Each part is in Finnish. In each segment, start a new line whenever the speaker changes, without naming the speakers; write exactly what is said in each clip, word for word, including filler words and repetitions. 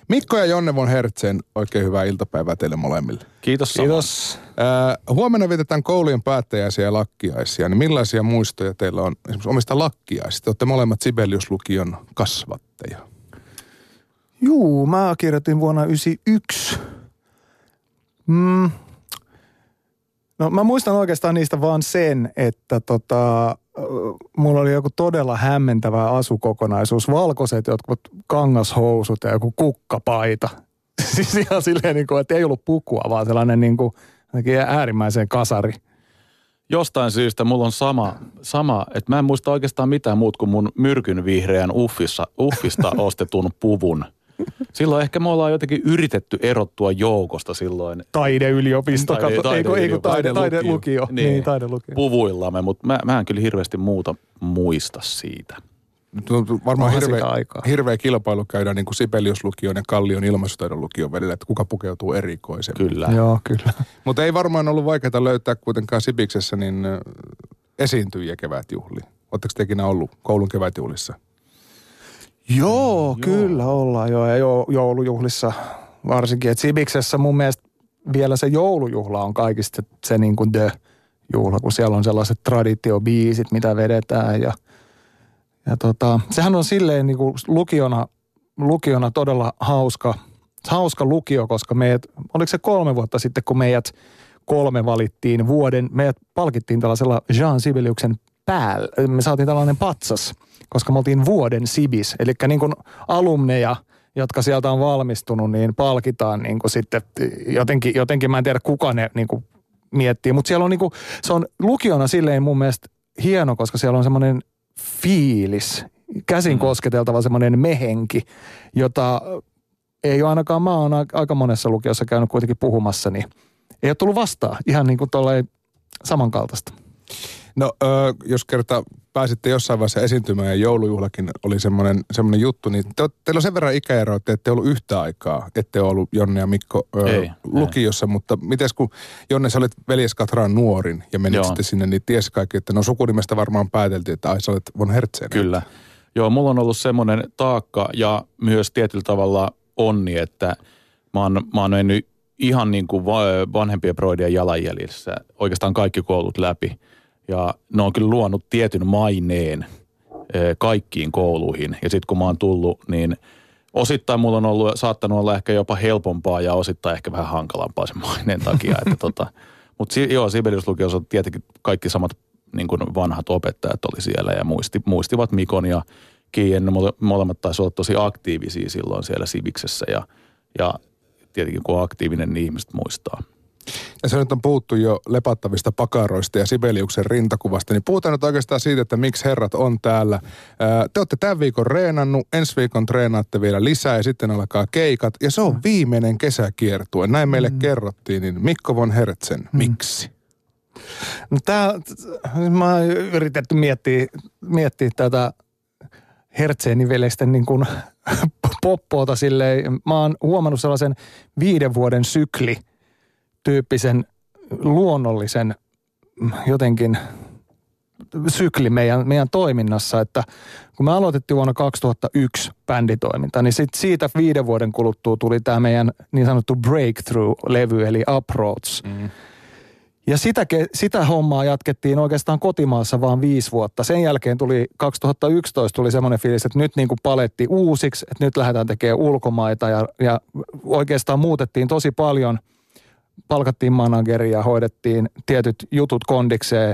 Mikko ja Jonne von Hertzen, oikein hyvää iltapäivää teille molemmille.
Kiitos samoin.
Kiitos.
Äh, huomenna vietetään koulujen päättäjäisiä ja lakkiaisia. Niin millaisia muistoja teillä on esimerkiksi omista lakkiaisista? Te olette molemmat Sibelius-lukion kasvatteja.
Juu, mä kirjoitin vuonna yhdeksänkymmentäyksi. Mm. No mä muistan oikeastaan niistä vaan sen, että tota, mulla oli joku todella hämmentävä asukokonaisuus. Valkoiset jotkut kangashousut ja joku kukkapaita. Siis ihan silleen, niin kuin, että ei ollut pukua, vaan sellainen niin kuin, äärimmäisen kasari.
Jostain syystä mulla on sama, sama, että mä en muista oikeastaan mitään muut kuin mun myrkyn vihreän uffissa, uffista ostetun puvun. Silloin ehkä me ollaan jotenkin yritetty erottua joukosta silloin.
Taideyliopisto,
Taide,
kato,
taide,
eikö, eikö taide,
taidelukio.
taidelukio. Niin, niin taidelukio.
Puvuillamme, mutta mä, mä en kyllä hirveästi muuta muista siitä.
Varmaan
Onhan
hirveä,
sitä aikaa.
hirveä kilpailu käydään niin kuin Sibelius-lukion ja Kallion ilmaisutaidon lukion välillä, että kuka pukeutuu erikoisemmin.
Kyllä.
Joo, kyllä.
Mutta ei varmaan ollut vaikeaa löytää kuitenkaan Sibiksessä niin äh, esiintyjiä kevätjuhliin. Oletteko te ikinä ollut koulun kevätjuhlissa?
Joo,
Joo.
kyllä ollaan jo. Ja jo, joulujuhlissa varsinkin. Et Sibiksessä mun mielestä vielä se joulujuhla on kaikista se niin kuin the-juhla, kun siellä on sellaiset traditiobiisit, mitä vedetään. Ja, ja tota, sehän on silleen niin kuin lukiona, lukiona todella hauska, hauska lukio, koska meidät, oliko se kolme vuotta sitten, kun meidät kolme valittiin vuoden, meidät palkittiin tällaisella Jean Sibeliuksen päällä. Me saatiin tällainen patsas, koska me oltiin vuoden Sibis. Eli niin kuin alumneja, jotka sieltä on valmistunut, niin palkitaan niin kuin sitten jotenkin, jotenkin mä en tiedä kuka ne niin kuin miettii. Mutta siellä on niin kuin, se on lukiona silleen mun mielestä hieno, koska siellä on semmoinen fiilis, käsin kosketeltava semmoinen mehenki, jota ei ole ainakaan, mä oon aika monessa lukiossa käynyt kuitenkin puhumassa, niin ei ole tullut vastaan ihan niin kuin tolleen samankaltaista.
No, ö, jos kerta pääsitte jossain vaiheessa esiintymään ja joulujuhlakin oli semmoinen, semmoinen juttu, niin te, teillä on sen verran ikäero, että ette ollut yhtä aikaa, ette ollut Jonne ja Mikko ö,
ei,
lukiossa, ei. Mutta mites kun Jonne, sä olet veljes Katraan nuorin ja menit
Joo.
sitten sinne, niin tiesi kaikki, että no sukunimestä varmaan pääteltiin, että ai sä olet von Hertzen.
Kyllä. Joo, mulla on ollut semmoinen taakka ja myös tietyllä tavalla onni, että mä oon, mä oon mennyt ihan niin kuin vanhempien broidien jalanjäljissä oikeastaan kaikki koulut läpi. Ja ne on kyllä luonut tietyn maineen kaikkiin kouluihin. Ja sitten kun mä oon tullut, niin osittain mulla on ollut, saattanut olla ehkä jopa helpompaa ja osittain ehkä vähän hankalampaa sen maineen takia. Että tota, mutta joo, Sibelius-lukiossa on tietenkin kaikki samat niin kuin vanhat opettajat oli siellä ja muisti, muistivat Mikon ja Kiien. Ne molemmat taisi olla tosi aktiivisia silloin siellä Sibiksessä ja, ja tietenkin kun on aktiivinen, niin ihmiset muistaa.
Ja se nyt on puhuttu jo lepattavista pakaroista ja Sibeliuksen rintakuvasta, niin puhutaan nyt oikeastaan siitä, että miksi herrat on täällä. Te olette tämän viikon reenannut, ensi viikon treenaatte vielä lisää ja sitten alkaa keikat. Ja se on viimeinen kesäkiertue. Näin meille mm. kerrottiin, niin Mikko von Hertzen, mm. miksi?
No tää, mä oon yritetty miettiä, miettiä tätä Hertzeni-veljesten niin kuin poppoota silleen. Mä oon huomannut sellaisen viiden vuoden sykli tyyppisen luonnollisen jotenkin sykli meidän, meidän toiminnassa, että kun me aloitettiin vuonna kaksituhattayksi bänditoiminta, niin sit siitä viiden vuoden kuluttua tuli tämä meidän niin sanottu breakthrough-levy, eli Approach. Mm. Ja sitä, sitä hommaa jatkettiin oikeastaan kotimaassa vaan viisi vuotta. Sen jälkeen tuli kaksituhattayksitoista tuli semmoinen fiilis, että nyt niin kuin paletti uusiksi, että nyt lähdetään tekemään ulkomaita ja, ja oikeastaan muutettiin tosi paljon. Palkattiin manageria, hoidettiin tietyt jutut kondikseen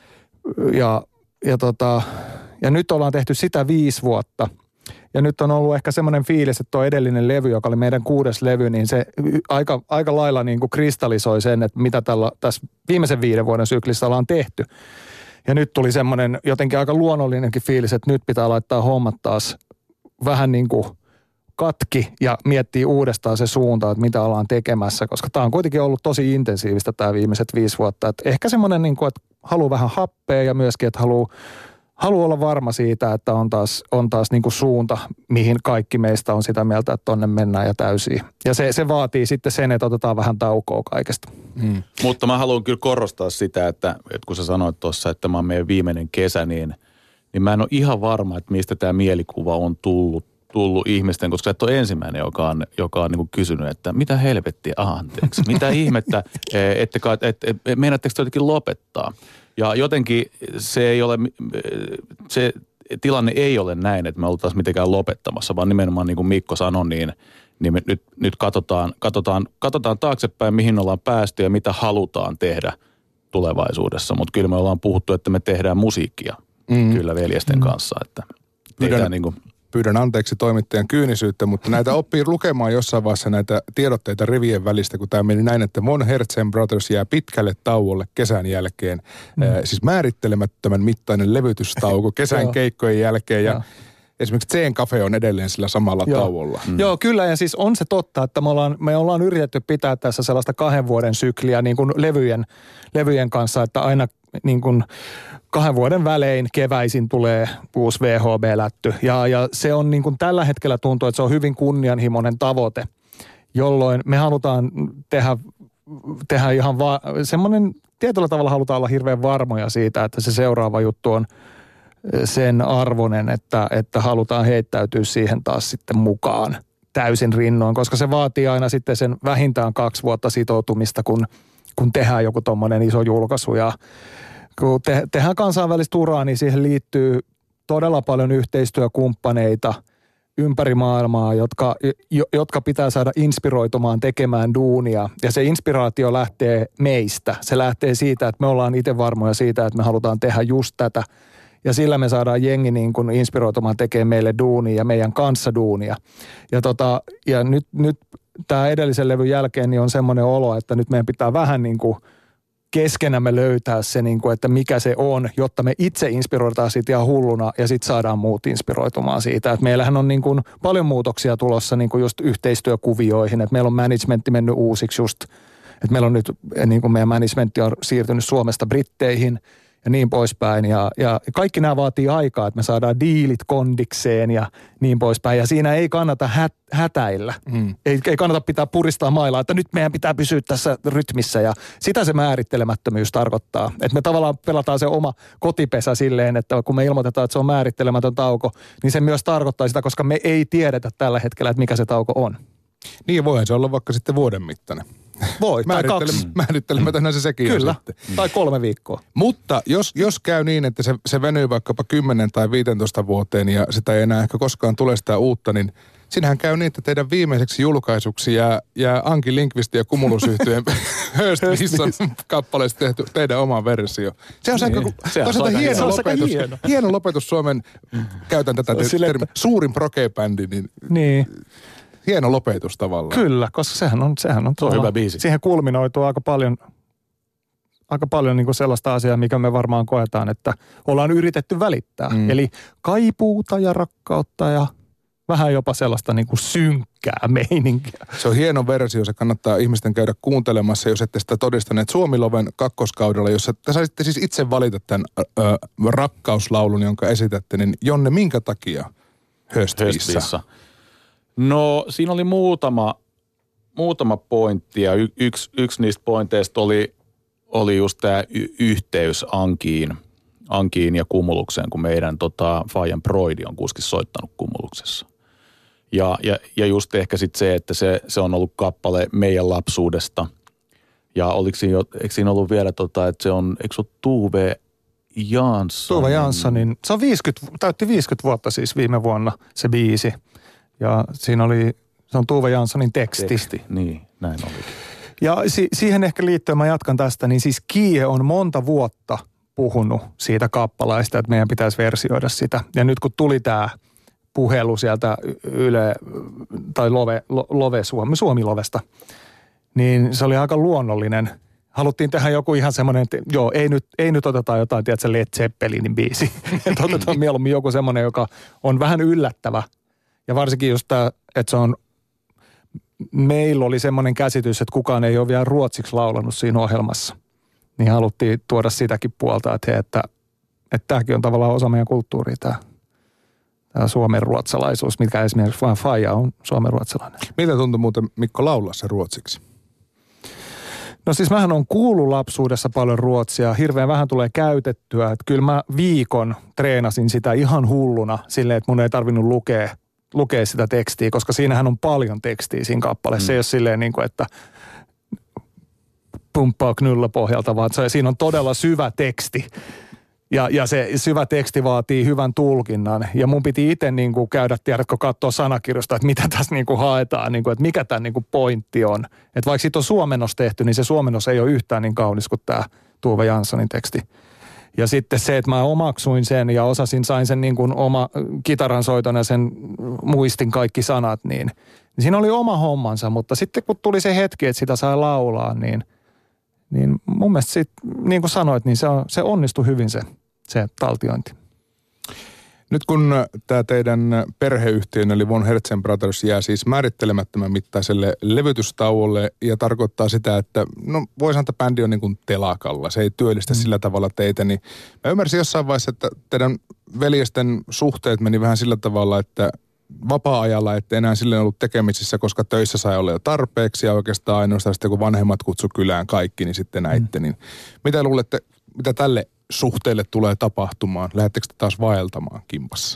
ja, ja, tota, ja nyt ollaan tehty sitä viisi vuotta. Ja nyt on ollut ehkä semmoinen fiilis, että tuo edellinen levy, joka oli meidän kuudes levy, niin se aika, aika lailla niin kuin kristallisoi sen, että mitä tällä, tässä viimeisen viiden vuoden syklissä ollaan tehty. Ja nyt tuli semmoinen jotenkin aika luonnollinenkin fiilis, että nyt pitää laittaa hommat taas vähän niin kuin katki ja miettii uudestaan se suunta, että mitä ollaan tekemässä, koska tämä on kuitenkin ollut tosi intensiivistä tämä viimeiset viisi vuotta. Että ehkä semmoinen, niin kuin, että haluaa vähän happea ja myöskin, että haluaa haluaa olla varma siitä, että on taas, on taas niin kuin suunta, mihin kaikki meistä on sitä mieltä, että tonne mennään ja täysiin. Ja se, se vaatii sitten sen, että otetaan vähän taukoa kaikesta.
Hmm. Mutta mä haluan kyllä korostaa sitä, että, että kun sä sanoit tuossa, että tämä on meidän viimeinen kesä, niin, niin mä en ole ihan varma, että mistä tämä mielikuva on tullut tullut ihmisten, koska sä et ole ensimmäinen, joka on, joka on niin kuin kysynyt, että mitä helvettiä, ah, anteeksi, mitä ihmettä, ette, et, et, meinaatteko te jotenkin lopettaa? Ja jotenkin se ei ole, se tilanne ei ole näin, että me oltaisiin mitenkään lopettamassa, vaan nimenomaan niin kuin Mikko sanoi, niin, niin me nyt, nyt katsotaan, katsotaan, katsotaan taaksepäin, mihin ollaan päästy ja mitä halutaan tehdä tulevaisuudessa. Mutta kyllä me ollaan puhuttu, että me tehdään musiikkia mm. kyllä veljesten mm. kanssa, että
pyydän,
niin kuin
pyydän anteeksi toimittajan kyynisyyttä, mutta näitä oppii lukemaan jossain vaiheessa näitä tiedotteita rivien välistä, kun tämä meni näin, että Von Hertzen Brothers jää pitkälle tauolle kesän jälkeen. Mm. Äh, siis määrittelemättömän mittainen levytystauko kesän keikkojen jälkeen ja esimerkiksi Tseen Cafe on edelleen sillä samalla
Joo.
tauolla.
Mm. Joo, kyllä, ja siis on se totta, että me ollaan, me ollaan yritetty pitää tässä sellaista kahden vuoden sykliä niin kuin levyjen, levyjen kanssa, että aina niin kuin kahden vuoden välein keväisin tulee uusi V H B-lätty. Ja, ja se on niin kuin tällä hetkellä tuntuu, että se on hyvin kunnianhimoinen tavoite, jolloin me halutaan tehdä, tehdä ihan va- semmoinen, tietyllä tavalla halutaan olla hirveän varmoja siitä, että se seuraava juttu on sen arvoinen, että, että halutaan heittäytyä siihen taas sitten mukaan täysin rinnoin, koska se vaatii aina sitten sen vähintään kaksi vuotta sitoutumista, kun, kun tehdään joku tommoinen iso julkaisu. Ja kun te, tehdään kansainvälistä uraa, niin siihen liittyy todella paljon yhteistyökumppaneita ympäri maailmaa, jotka, jotka pitää saada inspiroitumaan tekemään duunia. Ja se inspiraatio lähtee meistä. Se lähtee siitä, että me ollaan itse varmoja siitä, että me halutaan tehdä just tätä. Ja sillä me saadaan jengi niin kuin inspiroitumaan tekemään meille duunia ja meidän kanssa duunia. Ja, tota, ja nyt, nyt tämä edellisen levyn jälkeen niin on semmoinen olo, että nyt meidän pitää vähän niin kuin keskenämme löytää se, niin kuin, että mikä se on, jotta me itse inspiroidaan siitä ihan hulluna ja sitten saadaan muut inspiroitumaan siitä. Et meillähän on niin kuin paljon muutoksia tulossa niin kuin just yhteistyökuvioihin, että meillä on managementti mennyt uusiksi just, että meillä on nyt niin kuin meidän managementti on siirtynyt Suomesta Britteihin ja niin poispäin. Ja, ja kaikki nämä vaatii aikaa, että me saadaan diilit kondikseen ja niin poispäin. Ja siinä ei kannata hä- hätäillä. Mm. Ei, ei kannata pitää puristaa mailaa, että nyt meidän pitää pysyä tässä rytmissä. Ja sitä se määrittelemättömyys tarkoittaa. Että me tavallaan pelataan se oma kotipesä silleen, että kun me ilmoitetaan, että se on määrittelemätön tauko, niin se myös tarkoittaa sitä, koska me ei tiedetä tällä hetkellä, että mikä se tauko on.
Niin voihan se olla vaikka sitten vuoden mittainen.
Voi, tai kaksi.
Määrittelemätönhän se sekin
Kyllä,
on sitten.
tai kolme viikkoa.
Mutta jos, jos käy niin, että se, se venyy vaikkapa kymmenen tai viisitoista vuoteen ja sitä ei enää ehkä koskaan tule sitä uutta, niin siinähän käy niin, että teidän viimeiseksi julkaisuksi jää, jää Anki Lindqvistin ja Cumulus-yhtyeen Höstmisson kappaleesta tehty teidän oma versio. Se on niin. aika, se on aika hieno, lopetus, hieno. hieno lopetus Suomen, käytän tätä termiä, suurin proge-bändi, niin...
niin.
Hieno lopetus tavallaan.
Kyllä, koska sehän on, sehän on,
se on hyvä biisi.
Siihen kulminoituu aika paljon, aika paljon niin kuin sellaista asiaa, mikä me varmaan koetaan, että ollaan yritetty välittää. Mm. Eli kaipuuta ja rakkautta ja vähän jopa sellaista niin kuin synkkää meininkiä.
Se on hieno versio, se kannattaa ihmisten käydä kuuntelemassa, jos ette sitä todistaneet Suomi-loven kakkoskaudella, jossa te saisitte siis itse valita tämän ö, rakkauslaulun, jonka esitätte, niin Jonne, minkä takia Höstvissä?
No siinä oli muutama, muutama pointti ja y, yksi, yksi niistä pointeista oli, oli just tämä y, yhteys Ankiin, Ankiin ja Cumulukseen, kun meidän tota, Fajan Broidi on kuski soittanut Cumuluksessa. Ja, ja, ja just ehkä sitten se, että se, se on ollut kappale meidän lapsuudesta. Ja oliko siinä, eikö siinä ollut vielä, tota, että se on, eikö se ole Tuve Jansson?
Tuve Janssonin, se on viisikymmentä, täytti viisikymmentä vuotta siis viime vuonna se biisi. Ja siinä oli, se on Tuve Janssonin teksti.
Teksti, niin, näin oli.
Ja si- siihen ehkä liittyen mä jatkan tästä, niin siis Kie on monta vuotta puhunut siitä kappalaista, että meidän pitäisi versioida sitä. Ja nyt kun tuli tämä puhelu sieltä Yle, tai Love, Love Suomi, Suomi-Lovesta, niin se oli aika luonnollinen. Haluttiin tehdä joku ihan semmoinen, että joo, ei nyt, ei nyt oteta jotain, tiedätkö, Led Zeppelinin biisi. Että otetaan mieluummin joku semmoinen, joka on vähän yllättävä. Ja varsinkin just tämä, että se on, meillä oli semmoinen käsitys, että kukaan ei ole vielä ruotsiksi laulanut siinä ohjelmassa. Niin haluttiin tuoda sitäkin puolta, että, he, että, että tämäkin on tavallaan osa meidän kulttuuria, tämä, tämä suomen ruotsalaisuus, mikä esimerkiksi vain Faija on suomen ruotsalainen.
Miltä tuntui muuten Mikko laulaa se ruotsiksi?
No siis mähän on kuullut lapsuudessa paljon ruotsia, hirveän vähän tulee käytettyä. Että kyllä mä viikon treenasin sitä ihan hulluna silleen, että mun ei tarvinnut lukea lukea sitä tekstiä, koska siinähän on paljon tekstiä siinä kappaleessa. Mm. Se ei ole silleen niin kuin, että pumppaa knyllä pohjalta, vaan se, siinä on todella syvä teksti. Ja, ja se syvä teksti vaatii hyvän tulkinnan. Ja mun piti itse niin kuin käydä, tiedätkö, katsoa sanakirjosta, että mitä tässä niin kuin haetaan, niin kuin, että mikä tämän niin kuin pointti on. Että vaikka siitä on suomennos tehty, niin se suomennos ei ole yhtään niin kaunis kuin tämä Tuve Janssonin teksti. Ja sitten se, että mä omaksuin sen ja osasin, sain sen niin kuin oma kitaransoiton ja sen muistin kaikki sanat, niin, niin siinä oli oma hommansa. Mutta sitten kun tuli se hetki, että sitä sai laulaa, niin, niin mun mielestä sit, niin kuin sanoit, niin se, on, se onnistui hyvin se, se taltiointi.
Nyt kun tämä teidän perheyhtiön eli Von Hertzen Brothers jää siis määrittelemättömän mittaiselle levytystauolle ja tarkoittaa sitä, että no voi sanoa, että bändi on niin kuin telakalla. Se ei työllistä mm. sillä tavalla teitä. Niin mä ymmärsin jossain vaiheessa, että teidän veljesten suhteet meni vähän sillä tavalla, että vapaa-ajalla ette enää silleen ollut tekemisissä, koska töissä sai olla jo tarpeeksi ja oikeastaan ainoastaan sitten kun vanhemmat kutsu kylään kaikki, niin sitten näitte. Mm. Niin mitä luulette, mitä tälle suhteelle tulee tapahtumaan? Lähettekö te taas vaeltamaan kimpassa?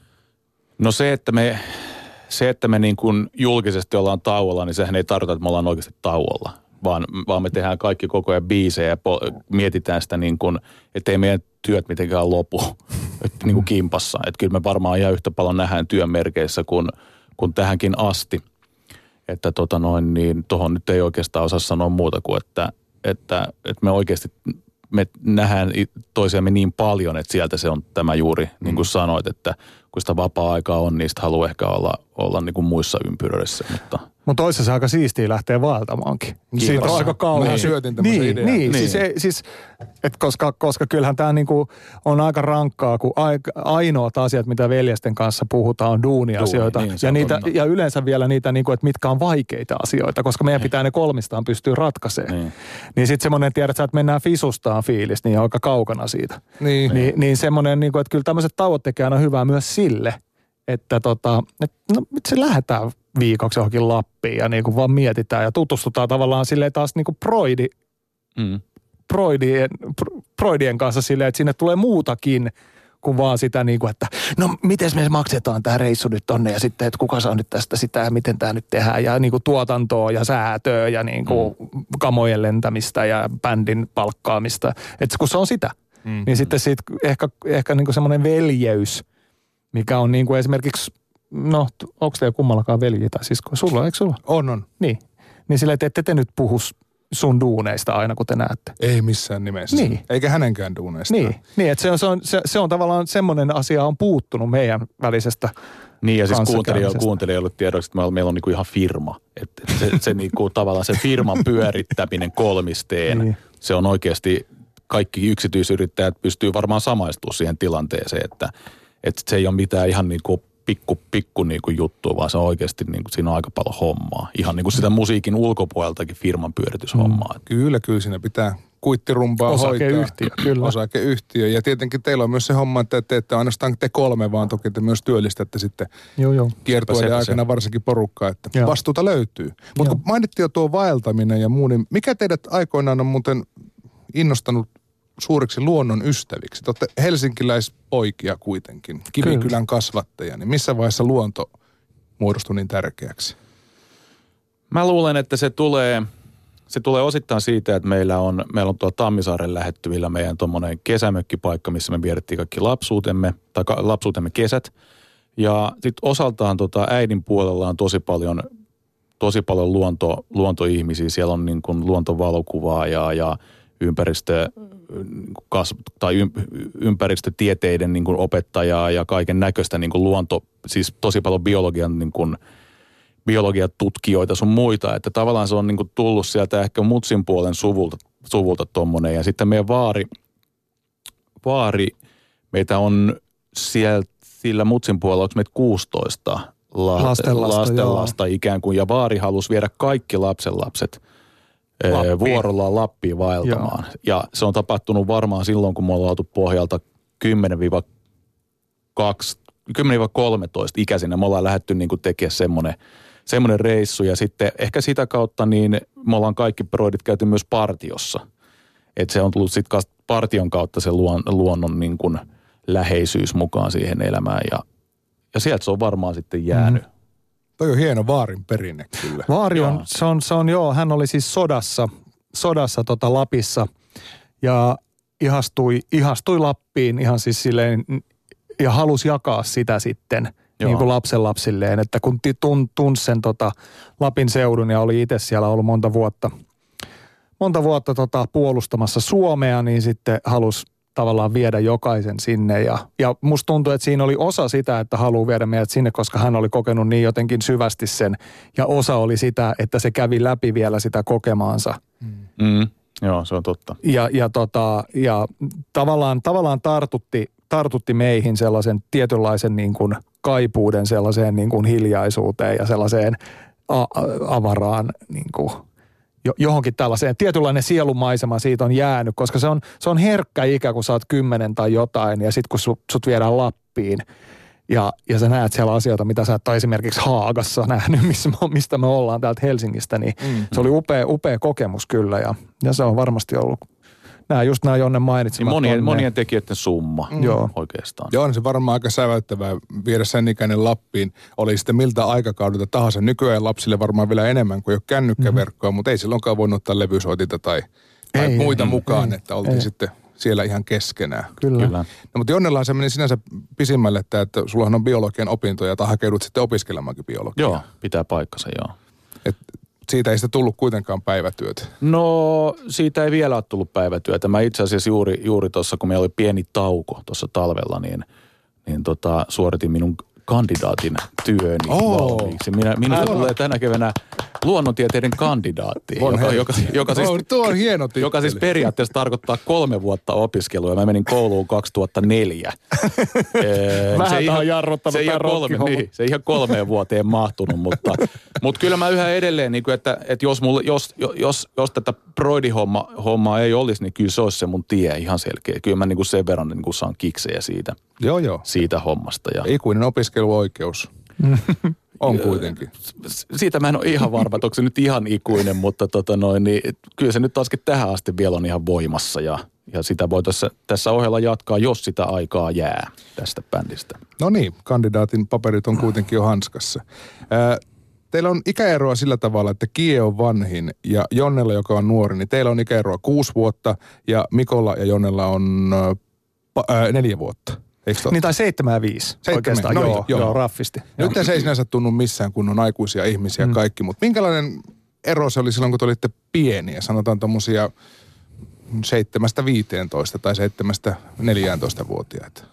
No se, että me, se, että me niin kuin julkisesti ollaan tauolla, niin sehän ei tarkoita, että me ollaan oikeasti tauolla. Vaan, vaan me tehdään kaikki koko ajan biisejä ja po- mietitään sitä niin kuin, ettei meidän työt mitenkään lopu niin kuin kimpassa. Että kyllä me varmaan ihan yhtä paljon nähdään työn merkeissä kuin, kuin tähänkin asti. Että tota noin, niin tohon nyt ei oikeastaan osaa sanoa muuta kuin, että, että, että me oikeasti me nähdään toisiamme niin paljon, että sieltä se on tämä juuri, niin kuin sanoit, että kun sitä vapaa-aikaa on, niin sitä haluaa ehkä olla, olla niin kuin muissa ympyröissä. Mutta
Mutta toisessa aika siistiä lähteä vaeltamaankin. Siitä on aika kauhean.
Mä syötin tämmöisen
niin,
idean.
niin,
niin,
siis, ei, siis et koska, koska kyllähän tämä niinku on aika rankkaa, kun ainoat asiat, mitä veljesten kanssa puhutaan, on duuniasioita.
Duuni, niin,
ja,
on
niitä,
tonna.
ja yleensä vielä niitä, niinku, että mitkä on vaikeita asioita, koska meidän pitää ne kolmistaan pystyä ratkaisemaan. Niin, niin sitten semmoinen, tiedät sä, että mennään fisustaan fiilis, niin on aika kaukana siitä.
Niin.
Niin, niin semmoinen, niinku, että kyllä tämmöiset tauot tekee aina hyvää myös sille, että tota, et, no nyt se lähdetään viikoksi johonkin Lappiin ja niin kuin vaan mietitään ja tutustutaan tavallaan silleen taas niin kuin proidi, mm. proidien, proidien kanssa silleen, että sinne tulee muutakin kuin vaan sitä niin kuin, että no miten me maksetaan tämä reissu nyt tonne ja sitten, että kuka saa nyt tästä sitä ja miten tämä nyt tehdään ja niin kuin tuotantoa ja säätöä ja niin kuin mm. kamojen lentämistä ja bändin palkkaamista. Että kun se on sitä, mm. niin sitten siitä ehkä, ehkä niin kuin semmoinen veljeys, mikä on niin kuin esimerkiksi, no onko teillä kummallakaan veljiä tai siskoja? Sulla, eikö sulla?
On, on.
Niin. Niin silleen, että ette te nyt puhu sun duuneista aina, kun te näette.
Ei missään nimessä.
Niin.
Eikä hänenkään duuneista.
Niin, niin että se on, se, on, se, se on tavallaan semmoinen asia on puuttunut meidän välisestä
niin ja siis kuuntelijoille, kuuntelijoille tiedoksi, että meillä, meillä on niinku ihan firma. Että et se, se niinku tavallaan se firman pyörittäminen kolmisteen, niin. Se on oikeasti, kaikki yksityisyrittäjät pystyy varmaan samaistumaan siihen tilanteeseen, että että se ei ole mitään ihan niinku pikku, pikku niinku juttua, vaan se on oikeasti, niinku, siinä on aika paljon hommaa. Ihan niinku sitä musiikin ulkopuoleltakin firman pyörityshommaa.
Mm, kyllä, kyllä siinä pitää kuittirumpaa
Osakeyhtiö,
hoitaa.
kyllä.
Osakeyhtiö. Ja tietenkin teillä on myös se homma, että te ette ainoastaan te kolme, vaan toki te myös työllistätte sitten
joo, joo.
kiertueiden aikana varsinkin porukkaa, että joo. vastuuta löytyy. Mutta kun mainittiin jo tuo vaeltaminen ja muu, niin mikä teidät aikoinaan on muuten innostanut suuriksi luonnon ystäviksi? Te olette helsinkiläispoikia kuitenkin, Kivikylän kasvattajia, niin missä vaiheessa luonto muodostui niin tärkeäksi?
Mä luulen, että se tulee, se tulee osittain siitä, että meillä on, meillä on tuolla Tammisaaren lähettyvillä meidän tuommoinen kesämökkipaikka, missä me vierettiin kaikki lapsuutemme, tai lapsuutemme kesät. Ja sitten osaltaan tota äidin puolella on tosi paljon, tosi paljon luonto, luontoihmisiä. Siellä on niin kuin luontovalokuvaa ja, ja ympäristö, kas, tai ympäristötieteiden niin kuin opettajaa ja kaiken näköistä niin kuin luonto, siis tosi paljon biologian, niin kuin, biologiatutkijoita sun muita, että tavallaan se on niin kuin tullut sieltä ehkä mutsin puolen suvulta, suvulta tommonen. Ja sitten meidän vaari, vaari meitä on siellä, sillä mutsin puolella, onko meitä kuusitoista la,
lastenlasta,
lastenlasta ikään kuin, ja vaari halusi viedä kaikki lapsenlapset Lappiin. vuorollaan Lappiin vaeltamaan. Joo. Ja se on tapahtunut varmaan silloin, kun me ollaan oltu pohjalta kymmenen kolmetoista ikäisinä. Me ollaan lähdetty niin kuin tekemään semmoinen, semmoinen reissu. Ja sitten ehkä sitä kautta niin me ollaan kaikki proidit käyty myös partiossa. Että se on tullut sitten partion kautta se luon, luonnon niin kuin läheisyys mukaan siihen elämään. Ja, ja sieltä se on varmaan sitten jäänyt. Mm.
Toi on hieno vaarin perinne kyllä.
Vaari on, se on, se on joo, hän oli siis sodassa, sodassa tota Lapissa ja ihastui, ihastui Lappiin ihan siis silleen ja halusi jakaa sitä sitten joo. niin kuin lapsenlapsilleen, että kun tun, tunsi sen tota Lapin seudun ja oli itse siellä ollut monta vuotta, monta vuotta tota puolustamassa Suomea, niin sitten halusi tavallaan viedä jokaisen sinne ja, ja musta tuntuu, että siinä oli osa sitä, että haluaa viedä meidät sinne, koska hän oli kokenut niin jotenkin syvästi sen ja osa oli sitä, että se kävi läpi vielä sitä kokemaansa.
Mm. Joo, se on totta.
Ja, ja, tota, ja tavallaan, tavallaan tartutti, tartutti meihin sellaisen tietynlaisen niin kuin kaipuuden sellaiseen niin kuin hiljaisuuteen ja sellaiseen a- avaraan niin kuin johonkin tällaiseen. Tietynlainen sielumaisema siitä on jäänyt, koska se on, se on herkkä ikä, kun sä oot kymmenen tai jotain ja sitten kun sut, sut viedään Lappiin ja, ja sä näet siellä asioita, mitä sä et ole esimerkiksi Haagassa nähnyt, missä me, mistä me ollaan täältä Helsingistä, niin mm-hmm. se oli upea, upea kokemus kyllä ja, ja se on varmasti ollut nämä just nämä Jonne mainitsemat.
Niin monien, monien tekijöiden summa mm. Joo. oikeastaan.
Joo, on se varmaan aika säväyttävää viedä sen ikäinen Lappiin. Oli sitten miltä aikakaudelta tahansa. Nykyään lapsille varmaan vielä enemmän kuin ei ole kännykkäverkkoa, mm. mutta ei silloinkaan voinut ottaa levysoitinta tai, tai ei, muita ei, mukaan, ei, että oltiin ei. sitten siellä ihan keskenään.
Kyllä. Kyllä.
No, mutta Jonnellahan se meni sinänsä pisimmälle, että, että sullahan on biologian opintoja tai hakeudut sitten opiskelemaankin biologiaa.
Joo, pitää paikkansa, joo.
Et siitä ei sitä tullut kuitenkaan päivätyötä.
No, siitä ei vielä ole tullut päivätyötä. Mä itse asiassa juuri, juuri tuossa, kun meillä oli pieni tauko tuossa talvella, niin, niin tota, suoritin minun kandidaatin työni oh. valmiiksi. Minä, minusta tulee tänä keväänä luonnontieteiden kandidaatti, joka, joka, joka, siis,
tuo on hieno titteli.
Joka siis periaatteessa tarkoittaa kolme vuotta opiskelua. Mä menin kouluun kaksituhattaneljä.
Vähän tähän jarruttanut
tämä kolme, niin, se ei ihan kolmeen vuoteen mahtunut, mutta, mutta kyllä mä yhä edelleen, niin kuin, että, että jos, mulle, jos, jos, jos tätä Broidi-hommaa ei olisi, niin kyllä se olisi se mun tie ihan selkeä. Kyllä mä niin kuin sen verran niin kuin saan kiksejä siitä,
joo, joo.
siitä hommasta. Ja
ikuinen opiskeluoikeus. On kuitenkin.
Siitä mä en ole ihan varma, että onko se nyt ihan ikuinen, mutta tota noin, niin kyllä se nyt taaskin tähän asti vielä on ihan voimassa ja, ja sitä voi tässä, tässä ohella jatkaa, jos sitä aikaa jää tästä bändistä.
No niin, kandidaatin paperit on kuitenkin jo hanskassa. Ää, teillä on ikäeroa sillä tavalla, että Kie on vanhin ja Jonnella, joka on nuori, niin teillä on ikäeroa kuusi vuotta ja Mikolla ja Jonnella on ää, neljä vuotta.
Niin tai seitsemän ja viisi oikeastaan, no, joo, joo. joo, raffisti.
Nyt se ei sinänsä tunnu missään, kun on aikuisia ihmisiä mm. kaikki, mutta minkälainen ero se oli silloin, kun te olitte pieniä, sanotaan tommosia seitsemästä viiteentoista tai seitsemästä neljääntoista vuotiaita?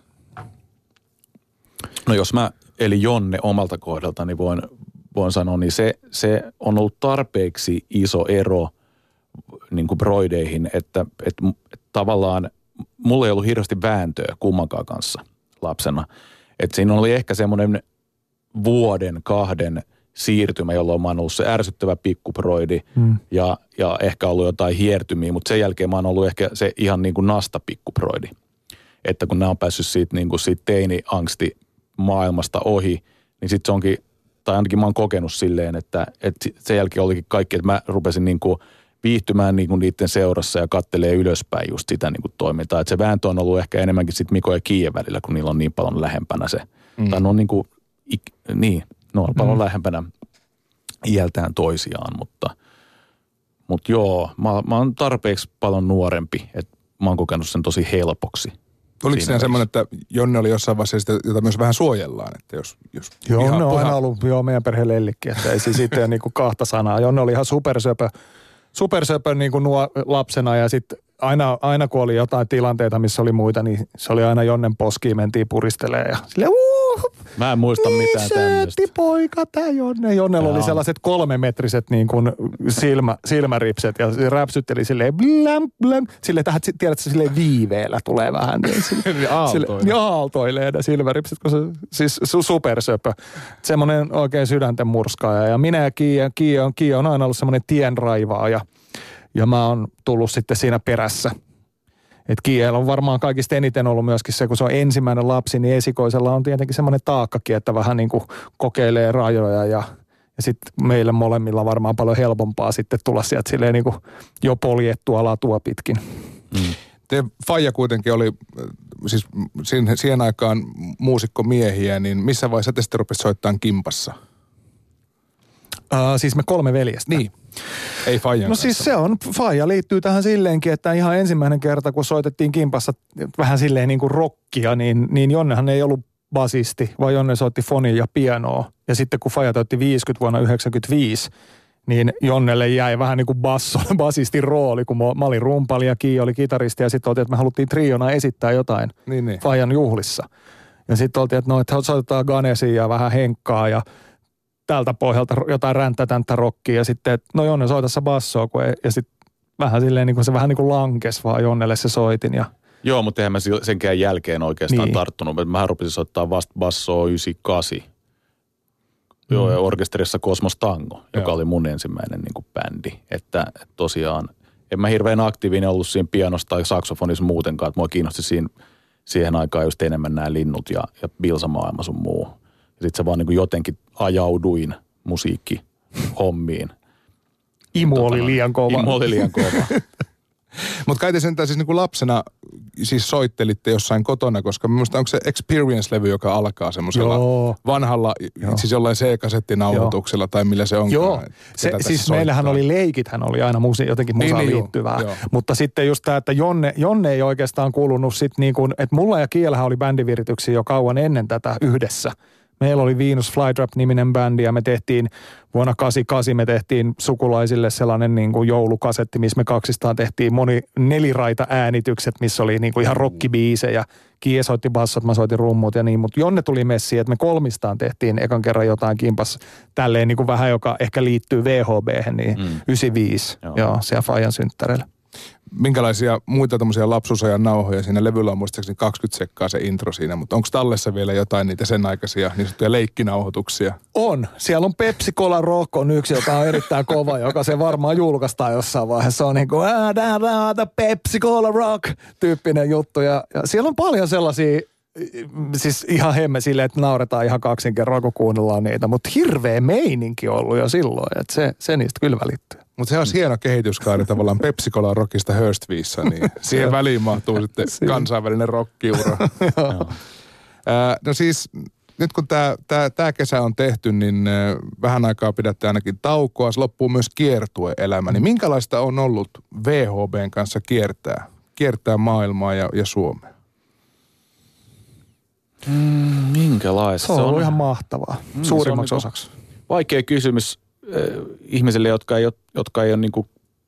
No jos mä, eli Jonne omalta kohdalta, niin voin, voin sanoa, niin se, se on ollut tarpeeksi iso ero niin kuin broideihin, että, että, että tavallaan mulla ei ollut hirveästi vääntöä kummankaan kanssa lapsena. Että siinä oli ehkä semmoinen vuoden, kahden siirtymä, jolloin mä oon ollut se ärsyttävä pikkuproidi mm. ja, ja ehkä ollut jotain hiertymiä, mutta sen jälkeen mä oon ollut ehkä se ihan niin kuin nasta pikkuproidi. Että kun nämä on päässyt siitä, niin kuin siitä teini-angsti maailmasta ohi, niin sitten se onkin, tai ainakin mä oon kokenut silleen, että, että sen jälkeen olikin kaikki, että mä rupesin niin kuin viihtymään niinku niiden seurassa ja kattelee ylöspäin just sitä niinku toimintaa. Että se vääntö on ollut ehkä enemmänkin sit Miko ja Kiien välillä, kun niillä on niin paljon lähempänä se. Mm. Tai ne on niinku, ik, niin, ne on paljon mm. lähempänä iältään toisiaan, mutta, mutta joo, mä, mä oon tarpeeksi paljon nuorempi, että mä oon kokenut sen tosi helpoksi.
Oliko siinä semmoinen, että Jonne oli jossain vaiheessa sitä, jota myös vähän suojellaan, että jos, jos
joo,
ihan,
ne on
ihan
aina ollut joo, meidän perheen lellikki, että ei siis sitten ole niinku kahta sanaa. Jonne oli ihan supersöpö. Supersöpön niin kuin nuo lapsena ja sitten aina, aina kun oli jotain tilanteita, missä oli muita, niin se oli aina Jonnen poskiin, mentiin puristelemaan ja silleen uh,
mä en muista
niin
mitään tämmöistä.
Niin poika tää Jonne. Jonnella oli sellaiset kolmemetriset niin kuin silmä, silmäripset ja se räpsytteli silleen bläm, bläm. Silleen tähän tiedät, että silleen viiveellä tulee vähän. Niin aaltoilee. Niin aaltoilee ne silmäripset, kun se siis supersöpö. Semmoinen oikein sydänten murskaaja ja minä ja Kiia, Kiia on, Kiia on aina ollut semmoinen tienraivaaja. Ja mä oon tullut sitten siinä perässä. Että Kiiellä on varmaan kaikista eniten ollut myöskin se, kun se on ensimmäinen lapsi, niin esikoisella on tietenkin semmoinen taakkakin, että vähän niin kuin kokeilee rajoja ja, ja sitten meille molemmilla varmaan paljon helpompaa sitten tulla sieltä silleen niin kuin jo poljettua latua pitkin.
Mm. Te faija kuitenkin oli, siis siihen, siihen aikaan muusikkomiehiä, niin missä vaiheessa te sitten rupesi soittamaan kimpassa?
Uh, siis me kolme veljestä.
Niin. Ei faijan
No
kanssa.
siis se on, faija liittyy tähän silleenkin, että ihan ensimmäinen kerta, kun soitettiin kimpassa vähän silleen niin kuin rockia, niin, niin Jonnehan ei ollut basisti, vaan Jonne soitti fonia ja pianoa. Ja sitten kun faija täytti viisikymmentä vuonna yhdeksänkymmentäviisi, niin Jonnelle jäi vähän niin kuin basso, basistin rooli, kun mä olin rumpali ja Ki oli kitaristi ja sitten oltiin, että me haluttiin triona esittää jotain
niin, niin.
faijan juhlissa. Ja sitten oltiin, että no, että soitetaan Ganesia ja vähän Henkkaa ja tältä pohjalta jotain ränttätäntä rockia ja sitten, että no Jonne soita sä bassoa, kun ei, ja sitten vähän silleen niin kuin se vähän niin kuin lankes vaan Jonnelle se soitin ja
Joo, mutta eihän mä senkään jälkeen oikeastaan
niin.
tarttunut. Mä rupesin soittaa vasta bassoa yhdeksänkymmentäkahdeksan. Mm. Joo, ja orkesterissa Kosmos Tango, Joo. joka oli mun ensimmäinen niin kuin bändi. Että, että tosiaan, en mä hirveän aktiivinen ollut siinä pianossa tai saksofonissa muutenkaan, että mua kiinnosti siinä, siihen aikaan just enemmän nämä linnut ja, ja bilsamaailma sun muu. Ja sit se vaan niin kuin jotenkin ajauduin musiikkihommiin.
Imu tota, oli liian kova.
Imu oli liian kova.
Mutta kai te sentään siis niinku lapsena siis soittelitte jossain kotona, koska minusta onko se Experience-levy, joka alkaa semmoisella vanhalla, Joo. siis jollain C-kasettinauhoituksella tai millä se onkaan.
Joo, se, siis soittaa. Meillähän oli leikithän oli aina musi, jotenkin musaan niin, liittyvää. Joo. Mutta sitten just tämä, että Jonne, Jonne ei oikeastaan kuulunut sitten niin kuin, että mulla ja Kiellähän oli bändivirityksiä jo kauan ennen tätä yhdessä. Meillä oli Venus Flytrap-niminen bändi ja me tehtiin vuonna kahdeksankymmentäkahdeksan me tehtiin sukulaisille sellainen niin kuin joulukasetti, missä me kaksistaan tehtiin moni neliraita äänitykset, missä oli niin kuin ihan rockibiisejä. Kie soitti bassot, mä soitin rummut ja niin, mutta Jonne tuli messiin, että me kolmistaan tehtiin ekan kerran jotain kimpassa tälleen niin kuin vähän, joka ehkä liittyy V H B:hen, niin mm. yhdeksänkymmentäviisi, joo, joo siellä Fajan synttäreillä.
Minkälaisia muita tämmöisiä lapsuusajan nauhoja siinä levyllä on muistaakseni kaksikymmentä sekkaa se intro siinä, mutta onko tallessa vielä jotain niitä sen aikaisia niin sanottuja leikkinauhoituksia?
On. Siellä on Pepsi Cola Rock on yksi, joka on erittäin kova, joka se varmaan julkaistaan jossain vaiheessa. Se on niin kuin Pepsi Cola Rock tyyppinen juttu ja, ja siellä on paljon sellaisia, siis ihan hemme silleen, että nauretaan ihan kaksin kerran, kun kuunnellaan niitä, mutta hirveä meininki ollut jo silloin, että se, se niistä kyllä välittyy.
Mutta se on hieno kehityskaari tavallaan Pepsi Cola Rockista Hurstviissa, niin siihen väliin mahtuu sitten kansainvälinen rockiura. No siis nyt kun tämä kesä on tehty, niin vähän aikaa pidätte ainakin taukoa, se loppuu myös kiertue-elämä. Niin minkälaista on ollut V H B:n kanssa kiertää, kiertää maailmaa ja, ja Suomea?
Mm, minkälaista?
Se on ollut ihan mahtavaa, mm, suurimmaksi
niin
osaksi.
Vaikea kysymys äh, ihmisille, jotka ei, jotka ei ole niin kuin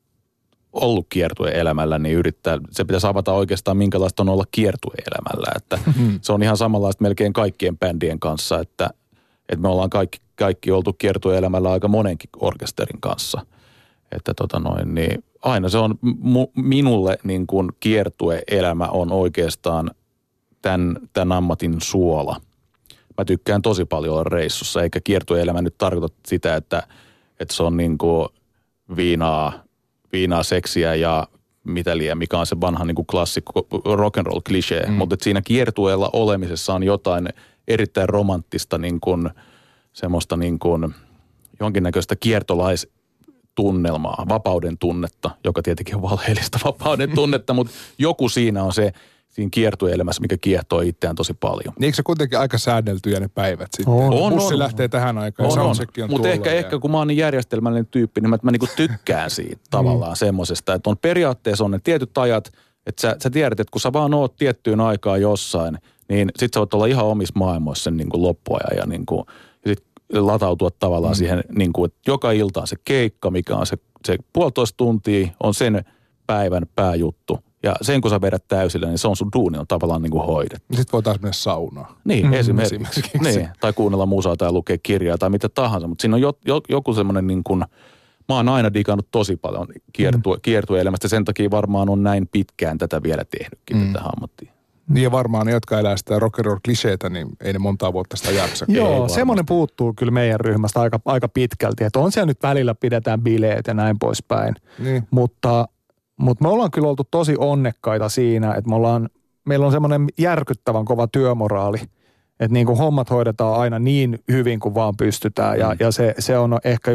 ollut kiertue-elämällä, niin yrittää, se pitäisi avata oikeastaan minkälaista on olla kiertue-elämällä. Että se on ihan samanlaista melkein kaikkien bändien kanssa, että, että me ollaan kaikki, kaikki oltu kiertue-elämällä aika monenkin orkesterin kanssa. Että tota noin, niin aina se on mu, minulle niin kuin kiertue-elämä on oikeastaan Tämän, tämän ammatin suola. Mä tykkään tosi paljon olla reissussa, eikä kiertueelämä nyt tarkoita sitä, että, että se on niin kuin viinaa, viinaa, seksiä ja mitä liian, mikä on se vanha niin kuin klassikko rock'n'roll klisee. Mm. Mutta siinä kiertueella olemisessa on jotain erittäin romanttista niin kuin semmoista niin kuin jonkinnäköistä kiertolaistunnelmaa, vapauden tunnetta, joka tietenkin on valheellista vapauden tunnetta, mutta joku siinä on se siinä kiertueelämässä, mikä kiehtoo itseään tosi paljon.
Niin eikö se kuitenkin aika säädeltyjä ne päivät sitten?
On,
on
on,
Bussi lähtee tähän aikaan
on,
ja
on.
on
Mutta ehkä, ja... ehkä kun mä oon niin järjestelmällinen tyyppi, niin mä, mä niinku tykkään siitä tavallaan semmoisesta, että on periaatteessa on ne tietyt ajat, että sä, sä tiedät, että kun sä vaan oot tiettyyn aikaan jossain, niin sit sä voit olla ihan omissa maailmoissa sen niinku loppuajan ja, niinku, ja sit latautua tavallaan mm. siihen, niinku, että joka ilta on se keikka, mikä on se, se puolitoista tuntia, on sen päivän pääjuttu. Ja sen kun sä vedät täysillä, niin se on sun duuni on tavallaan niin kuin hoidettu.
Sitten voi taas mennä saunaan.
Niin, mm, esimerkiksi. esimerkiksi. Niin, tai kuunnella musaa tai lukea kirjaa tai mitä tahansa. Mutta siinä on jo, jo, joku semmoinen niin kuin, mä oon aina digannut tosi paljon kiertue, mm. kiertueelämästä. Sen takia varmaan on näin pitkään tätä vielä tehnytkin, mm. tätä ammattia.
Niin ja varmaan ne, jotka elää sitä rock'n'roll-kliseetä, niin ei ne montaa vuotta sitä jaksa.
Joo, semmoinen puuttuu kyllä meidän ryhmästä aika, aika pitkälti. Että on siellä nyt välillä pidetään bileet ja näin poispäin. Niin. Mutta... Mutta me ollaan kyllä oltu tosi onnekkaita siinä, että me ollaan, meillä on semmoinen järkyttävän kova työmoraali, että niin kuin hommat hoidetaan aina niin hyvin kuin vaan pystytään. Ja, mm. ja se, se on ehkä just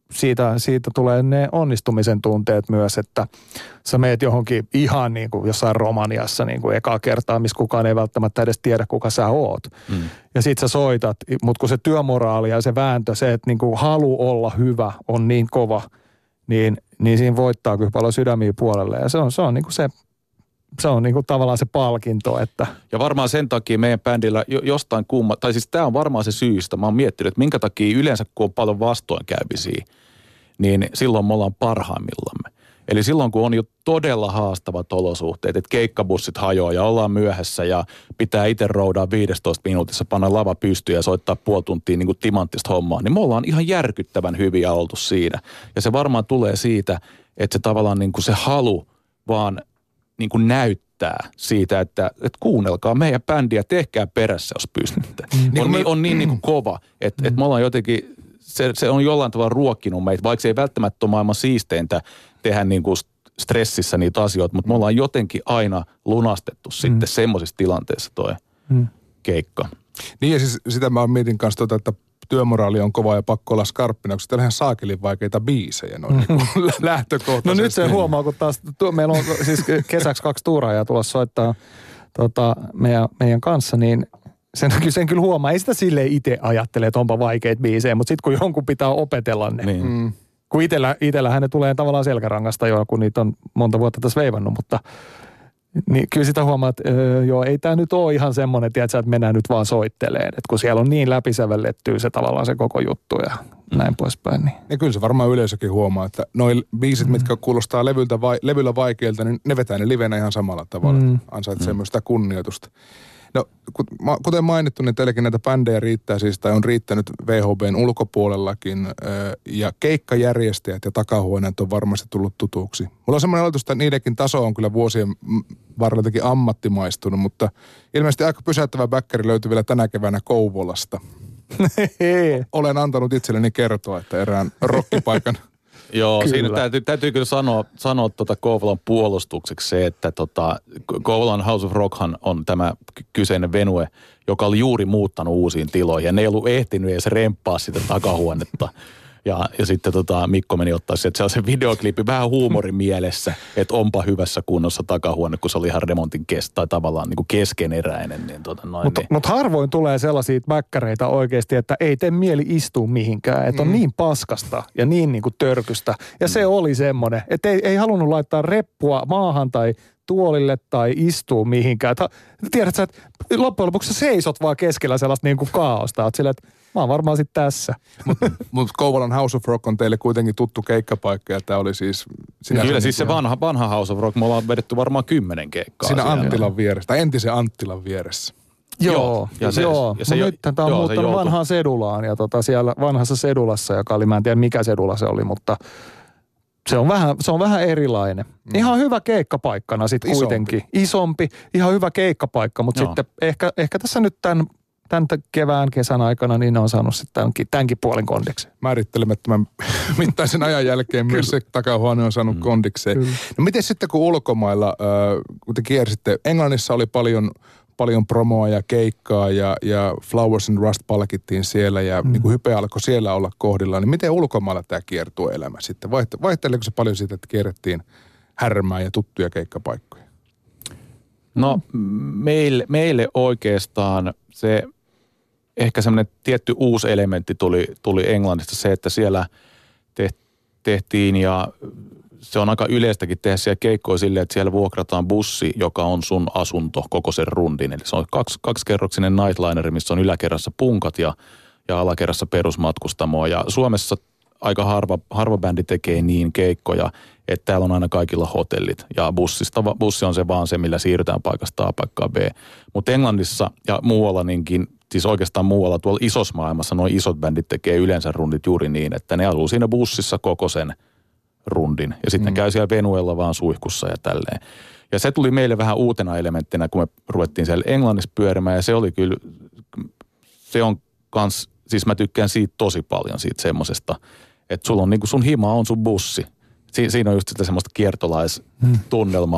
siitä, siitä tulee ne onnistumisen tunteet myös, että sä meet johonkin ihan niin kuin jossain Romaniassa niin kuin ekaa kertaa, missä kukaan ei välttämättä edes tiedä, kuka sä oot. Mm. Ja sit sä soitat, mutta kun se työmoraali ja se vääntö, se, että niin kuin halu olla hyvä on niin kova, niin, niin siinä voittaa kyllä paljon sydämiä puolelle. Ja se on, se on niin kuin se... Se on niin kuin tavallaan se palkinto, että...
Ja varmaan sen takia meidän bändillä jostain kumma... Tai siis tämä on varmaan se syystä. Mä oon miettinyt, että minkä takia yleensä kun on paljon vastoinkäymisiä, niin silloin me ollaan parhaimmillamme. Eli silloin kun on jo todella haastavat olosuhteet, että keikkabussit hajoaa ja ollaan myöhässä ja pitää itse roudaa viisitoista minuutissa, panna lava pystyyn ja soittaa puoli tuntia niin kuin timanttista hommaa, niin me ollaan ihan järkyttävän hyviä oltu siinä. Ja se varmaan tulee siitä, että se tavallaan niin kuin se halu vaan... niin kuin näyttää siitä, että, että kuunnelkaa meidän bändiä, tehkää perässä, jos pystytte. Mm. On, niin, on niin, niin kuin kova, että, mm. että me ollaan jotenkin, se, se on jollain tavalla ruokkinut meitä, vaikka se ei välttämättä ole maailman siisteintä tehdä niin kuin stressissä niitä asioita, mutta me ollaan jotenkin aina lunastettu mm. sitten semmoisissa tilanteissa toi mm. keikka.
Niin ja siis sitä mä mietin kanssa tuota, että työmoraali on kova ja pakko olla skarppina, koska teillä on saakelin vaikeita biisejä noin mm. niin lähtökohtaisesti.
No nyt se huomaa, kun taas tuo, meillä on siis kesäksi kaksi tuuraajaa tulossa soittaa tota, meidän, meidän kanssa, niin sen, sen kyllä huomaa. Ei sitä silleen itse ajattele, että onpa vaikeita biisejä, mutta sitten kun jonkun pitää opetella ne. Niin. Mm. Kun itellä, itsellähän ne tulee tavallaan selkärangasta jo, kun niitä on monta vuotta tässä veivannut, mutta... Niin kyllä sitä huomaa, että öö, joo, ei tämä nyt ole ihan semmoinen, tiedätkö, että mennään nyt vaan soitteleen. Että kun siellä on niin läpisävellettyä se tavallaan se koko juttu ja mm. näin poispäin. Niin.
Ja kyllä se varmaan yleisökin huomaa, että noi biisit, mm. mitkä kuulostaa levyltä vai, levyllä vaikeilta, niin ne vetää ne livenä ihan samalla tavalla. Mm. Ansaitsee mm. myös sitä kunnioitusta. No, kuten mainittu, niin teillekin näitä bändejä riittää siis, tai on riittänyt V H B:n ulkopuolellakin, ja keikkajärjestäjät ja takahuoneet on varmasti tullut tutuksi. Mulla on semmoinen aloitus, että niidenkin taso on kyllä vuosien varrella jotenkin ammattimaistunut, mutta ilmeisesti aika pysäyttävä bäkkäri löytyi vielä tänä keväänä Kouvolasta. Olen antanut itselleni kertoa, että erään rokkipaikan...
Joo, kyllä. Siinä täytyy, täytyy kyllä sanoa, sanoa tuota Kouvolan puolustukseksi se, että tota, Kouvolan House of Rockhan on tämä kyseinen venue, joka oli juuri muuttanut uusiin tiloihin. Ja ne ei ollut ehtinyt edes remppaa sitä takahuonetta. Ja, ja sitten tota, Mikko meni ottaa se, että se on se videokliippi vähän huumorin mielessä, että onpa hyvässä kunnossa takahuone, kun se oli ihan remontin kes, tai tavallaan niin kuin keskeneräinen. Niin tota
Mutta
niin.
mut harvoin tulee sellaisia bäkkäreitä oikeasti, että ei tee mieli istua mihinkään. Että on mm. niin paskasta ja niin, niin kuin törkystä. Ja mm. se oli semmoinen, että ei, ei halunnut laittaa reppua maahan tai tuolille tai istua mihinkään. Tiedätkö, että loppujen lopuksi sä seisot vaan keskellä sellaista niin kuin kaaosta. Oot silleen, että mä oon varmaan sitten tässä.
Mutta mut Kouvolan House of Rock on teille kuitenkin tuttu keikkapaikka ja tämä oli siis...
Kyllä siis se vanha, vanha House of Rock, me ollaan vedetty varmaan kymmenen keikkaa.
Siinä Anttilan vieressä, tai entisen Anttilan vieressä.
Joo, ja se, joo. Ja se jo, nyt tämä on joo, muuttanut vanhaan sedulaan ja tota siellä vanhassa sedulassa, joka oli, mä en tiedä mikä sedula se oli, mutta se on vähän, se on vähän erilainen. Mm. Ihan hyvä keikkapaikkana sitten kuitenkin. Isompi, ihan hyvä keikkapaikka, mutta joo. sitten ehkä, ehkä tässä nyt tämän... Tämän kevään, kesän aikana, niin ne on saanut sitten tämänkin, tämänkin puolen kondikseen.
Määrittelemättömän mittaisen ajan jälkeen myös se takahuone on saanut mm. kondikseen. Kyllä. No miten sitten kun ulkomailla, äh, kun te kiersitte, Englannissa oli paljon, paljon promoa ja keikkaa ja, ja Flowers and Rust palkittiin siellä ja mm. niin kuin hype alkoi siellä olla kohdillaan, niin miten ulkomailla tämä kiertueelämä sitten? Vaihteleeko se paljon siitä, että kierrettiin härmää ja tuttuja keikkapaikkoja?
No meille, meille oikeastaan se ehkä semmoinen tietty uusi elementti tuli, tuli Englannista, se, että siellä tehtiin ja se on aika yleistäkin tehdä siellä keikkoja silleen, että siellä vuokrataan bussi, joka on sun asunto koko sen rundin. Eli se on kaksi, kaksikerroksinen nightlineri, missä on yläkerrassa punkat ja, ja alakerrassa perusmatkustamoa. Ja Suomessa aika harva, harva bändi tekee niin keikkoja, että täällä on aina kaikilla hotellit. Ja bussista, bussi on se vaan se, millä siirrytään paikasta A paikkaan B. Mutta Englannissa ja muualla niinkin, siis oikeastaan muualla tuolla isossa maailmassa, nuo isot bändit tekee yleensä rundit juuri niin, että ne asuu siinä bussissa koko sen rundin. Ja sitten mm. käy siellä venuella vaan suihkussa ja tälleen. Ja se tuli meille vähän uutena elementtinä, kun me ruvettiin siellä Englannissa pyörimään. Ja se oli kyllä, se on kans, siis mä tykkään siitä tosi paljon siitä semmosesta, että sulla on niinku sun hima on sun bussi. Si- siinä on just sitä semmoista kiertolaistunnelmaa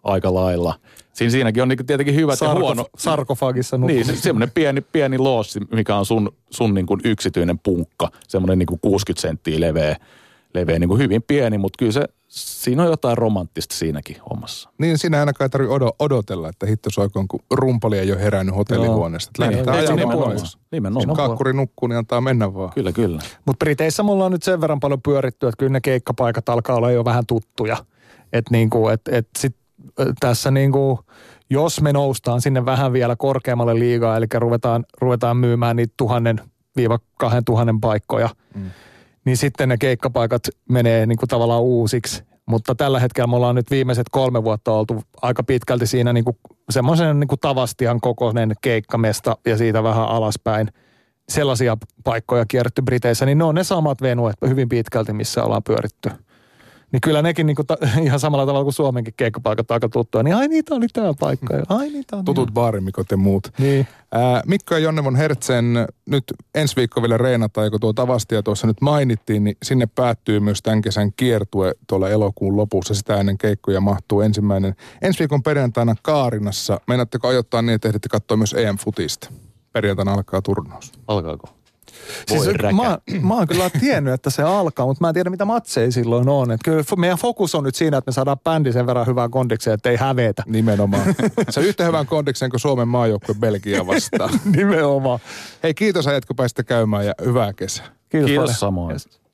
aika lailla. Siinä, siinäkin on niin tietenkin hyvät
Sarko,
ja huono.
Sarkofagissa nukkuu.
Niin, se, semmoinen pieni, pieni loossi, mikä on sun, sun niin kuin yksityinen punkka. Semmoinen niin kuin kuusikymmentä senttiä leveä. leveä niin kuin hyvin pieni, mutta kyllä se, siinä on jotain romanttista siinäkin hommassa.
Niin, siinä ainakaan ei tarvitse odotella, että hitto soikoon, kun rumpali ei ole herännyt hotellihuoneesta. Lähdetään ajamaan pois.
Nimenomaan.
Jos kaakkuri nukkuu, niin antaa mennä vaan.
Kyllä, kyllä.
Mutta Briteissä mulla on nyt sen verran paljon pyöritty, että kyllä ne keikkapaikat alkaa olla jo vähän tuttuja. Että niinku, et, et sit tässä niinku, jos me noustaan sinne vähän vielä korkeammalle liigaa, eli ruvetaan, ruvetaan myymään niitä tuhannen viiva kahden tuhannen paikkoja, mm. niin sitten ne keikkapaikat menee niinku tavallaan uusiksi. Mutta tällä hetkellä me ollaan nyt viimeiset kolme vuotta oltu aika pitkälti siinä niinku semmoisen niinku Tavastian kokoinen keikkamesta ja siitä vähän alaspäin. Sellaisia paikkoja kierretty Briteissä, niin ne on ne samat venuet hyvin pitkälti, missä ollaan pyöritty. Niin kyllä nekin niinku ta, ihan samalla tavalla kuin Suomenkin keikkapaikat aika tuttuja, niin ai niitä oli tää paikka. Ai niitä on.
Tutut baarimikot ja muut.
Niin.
Ää, Mikko ja Jonne von Hertzen, nyt ensi viikko vielä reenataan, kun tuo Tavastia tuossa nyt mainittiin, niin sinne päättyy myös tämän kesän kiertue tuolla elokuun lopussa. Sitä ennen keikkoja mahtuu ensimmäinen. Ensi viikon perjantaina Kaarinassa. Meinaatteko ajoittaa niin, että ehditte katsoa myös E M-futista? Perjantaina alkaa turnaus.
Alkaako?
Siis mä, mä oon kyllä tiennyt, että se alkaa, mutta mä en tiedä, mitä matseja silloin on. Et kyllä meidän fokus on nyt siinä, että me saadaan bändi sen verran hyvää kondikseen, että ei hävetä.
Nimenomaan. Se on yhtä hyvän kondikseen kuin Suomen maajoukkue Belgia vastaan.
Nimenomaan.
Hei, kiitos ajat, kun pääsitte käymään ja hyvää kesää.
Kiitos,
Kiitos samoin.